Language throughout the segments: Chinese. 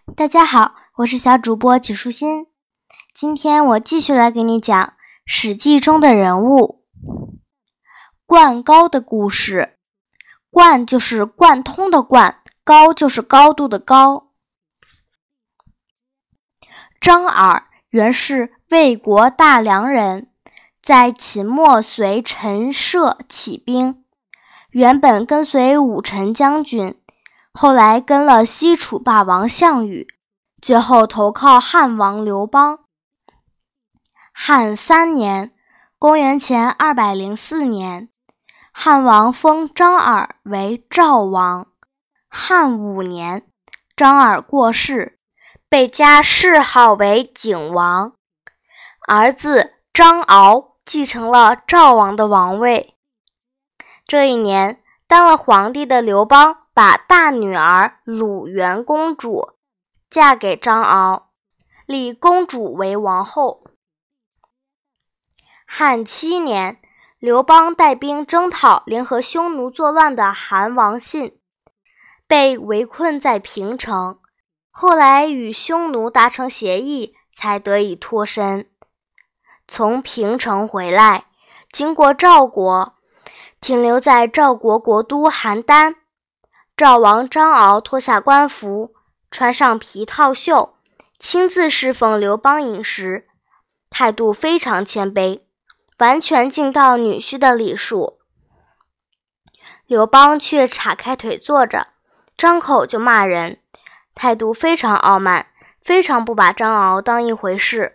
大家好，我是小主播纪舒心。今天我继续来给你讲《史记》中的人物灌高的故事。灌就是贯通的贯，高就是高度的高。张耳原是魏国大梁人，在秦末随陈涉起兵，原本跟随武臣将军，后来跟了西楚霸王项羽，最后投靠汉王刘邦。汉3年，公元前204年，汉王封张耳为赵王。汉5年，张耳过世，被加谥号为景王，儿子张敖继承了赵王的王位。这一年，当了皇帝的刘邦把大女儿鲁元公主嫁给张敖，立公主为王后。汉7年，刘邦带兵征讨联合匈奴作乱的韩王信，被围困在平城，后来与匈奴达成协议，才得以脱身。从平城回来，经过赵国，停留在赵国国都邯郸。赵王张敖脱下官服，穿上皮套袖，亲自侍奉刘邦饮食，态度非常谦卑，完全尽到女婿的礼数。刘邦却岔开腿坐着，张口就骂人，态度非常傲慢，非常不把张敖当一回事。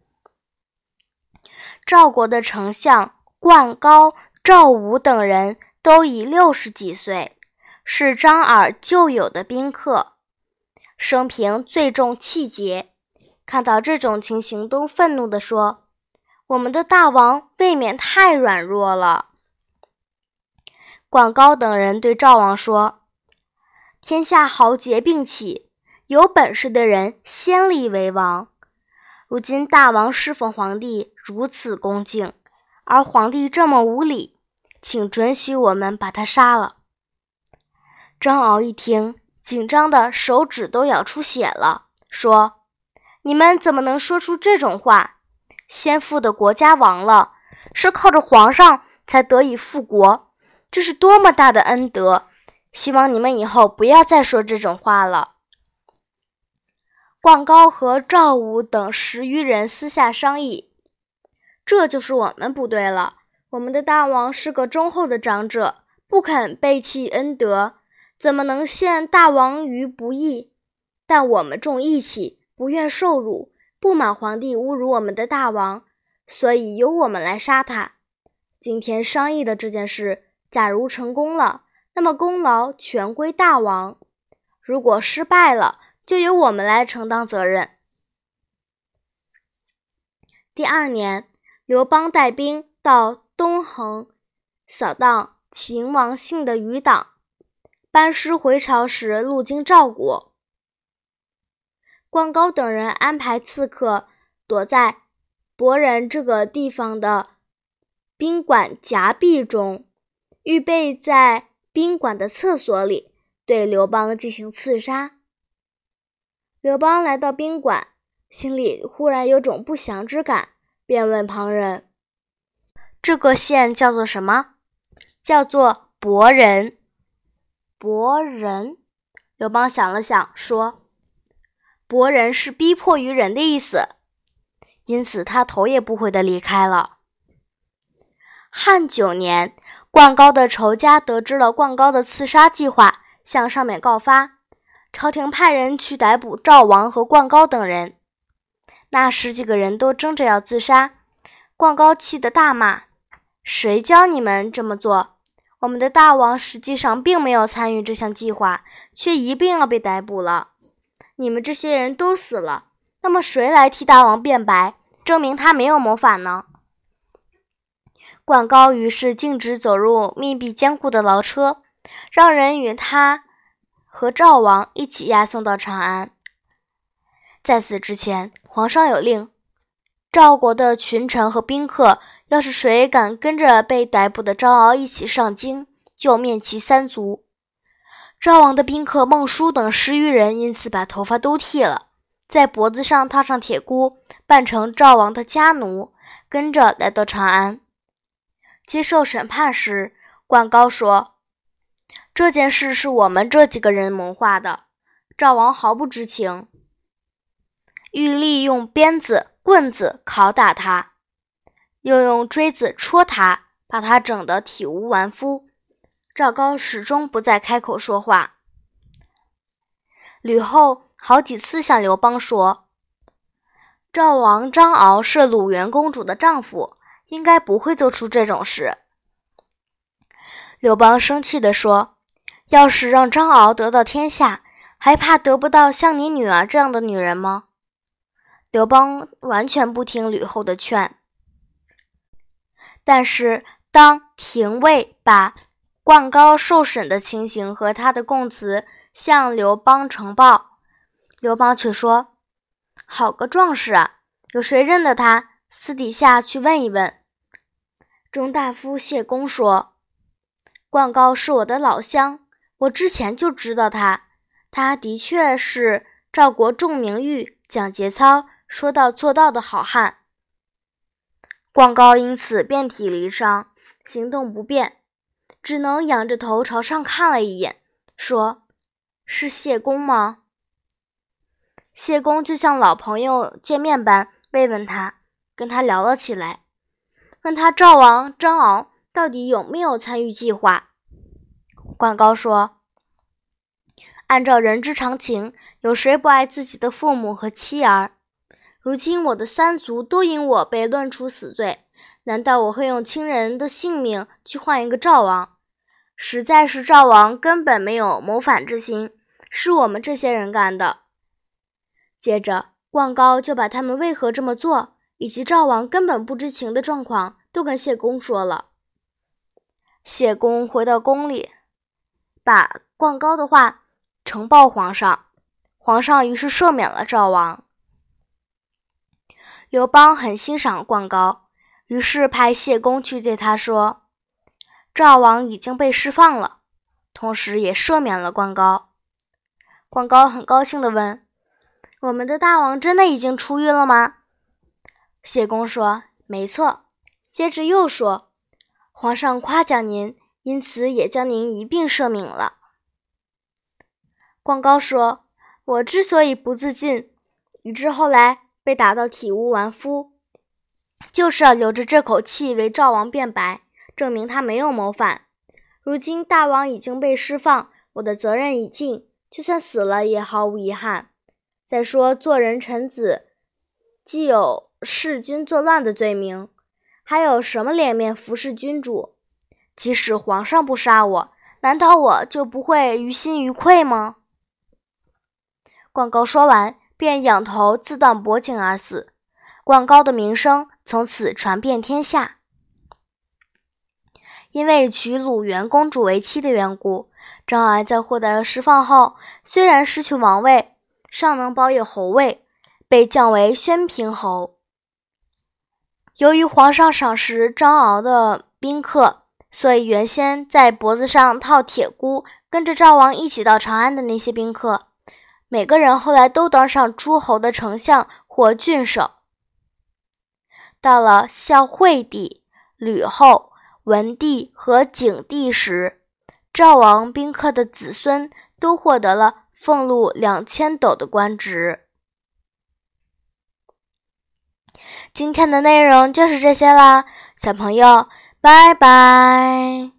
赵国的丞相灌高、赵武等人都已60几岁，是张耳旧有的宾客，生平最重气节，看到这种情形都愤怒地说，我们的大王未免太软弱了。灌高等人对赵王说，天下豪杰并起，有本事的人先立为王。如今大王侍奉皇帝如此恭敬，而皇帝这么无礼，请准许我们把他杀了。张敖一听，紧张的手指都咬出血了，说，你们怎么能说出这种话？先父的国家亡了，是靠着皇上才得以复国，这是多么大的恩德，希望你们以后不要再说这种话了。灌高和赵武等10余人私下商议，这就是我们不对了，我们的大王是个忠厚的长者，不肯背弃恩德，怎么能陷大王于不义？但我们重义气，不愿受辱，不满皇帝侮辱我们的大王，所以由我们来杀他。今天商议的这件事，假如成功了，那么功劳全归大王；如果失败了，就由我们来承担责任。第2年，刘邦带兵到东横扫荡秦王信的余党，班师回朝时路经赵国。灌高等人安排刺客躲在博人这个地方的宾馆夹壁中，预备在宾馆的厕所里对刘邦进行刺杀。刘邦来到宾馆，心里忽然有种不祥之感，便问旁人，这个县叫做什么？叫做博人。博人？刘邦想了想，说，博人是逼迫于人的意思，因此他头也不回地离开了。汉9年，灌高的仇家得知了灌高的刺杀计划，向上面告发，朝廷派人去逮捕赵王和灌高等人。那10几个人都争着要自杀，灌高气得大骂，谁教你们这么做？我们的大王实际上并没有参与这项计划，却一并要被逮捕了。你们这些人都死了，那么谁来替大王辩白，证明他没有谋反呢？灌高于是径直走入密闭坚固的牢车，让人与他和赵王一起押送到长安。在此之前，皇上有令，赵国的群臣和宾客，要是谁敢跟着被逮捕的张敖一起上京，就灭其3族。 赵王的宾客孟舒等10余人因此把头发都剃了，在脖子上套上铁箍，扮成赵王的家奴，跟着来到长安。接受审判时，灌高说：“这件事是我们这几个人谋划的，赵王毫不知情。”欲利用鞭子、棍子拷打他，又用锥子戳他，把他整得体无完肤。赵高始终不再开口说话。吕后好几次向刘邦说，赵王张敖是鲁元公主的丈夫，应该不会做出这种事。刘邦生气地说，要是让张敖得到天下，还怕得不到像你女儿这样的女人吗？刘邦完全不听吕后的劝。但是当廷尉把灌高受审的情形和他的供词向刘邦呈报，刘邦却说，好个壮士啊，有谁认得他？私底下去问一问。中大夫谢公说，灌高是我的老乡，我之前就知道他的确是赵国重名誉、讲节操、说到做到的好汉。灌高因此遍体鳞伤，行动不便，只能仰着头朝上看了一眼，说，是谢公吗？谢公就像老朋友见面般慰问他，跟他聊了起来，问他赵王张敖到底有没有参与计划。灌高说，按照人之常情，有谁不爱自己的父母和妻儿？如今我的3族都因我被论处死罪，难道我会用亲人的性命去换一个赵王？实在是赵王根本没有谋反之心，是我们这些人干的。接着灌高就把他们为何这么做，以及赵王根本不知情的状况都跟谢公说了。谢公回到宫里，把灌高的话呈报皇上，皇上于是赦免了赵王。刘邦很欣赏灌高，于是派谢公去对他说，赵王已经被释放了，同时也赦免了灌高。灌高很高兴地问，我们的大王真的已经出狱了吗？谢公说，没错。接着又说，皇上夸奖您，因此也将您一并赦免了。灌高说，我之所以不自尽，以致后来被打到体无完肤，就是要留着这口气为赵王辩白，证明他没有谋反。如今大王已经被释放，我的责任已尽，就算死了也毫无遗憾。再说做人臣子，既有弑君作乱的罪名，还有什么脸面服侍君主？即使皇上不杀我，难道我就不会于心于愧吗？灌高说完，便仰头自断脖颈而死。灌高的名声从此传遍天下。因为娶鲁元公主为妻的缘故，张敖在获得释放后，虽然失去王位，尚能保有侯位，被降为宣平侯。由于皇上赏识张敖的宾客，所以原先在脖子上套铁箍，跟着赵王一起到长安的那些宾客，每个人后来都当上诸侯的丞相或郡守。到了孝惠帝、吕后、文帝和景帝时，赵王宾客的子孙都获得了俸禄2000斗的官职。今天的内容就是这些啦，小朋友，拜拜。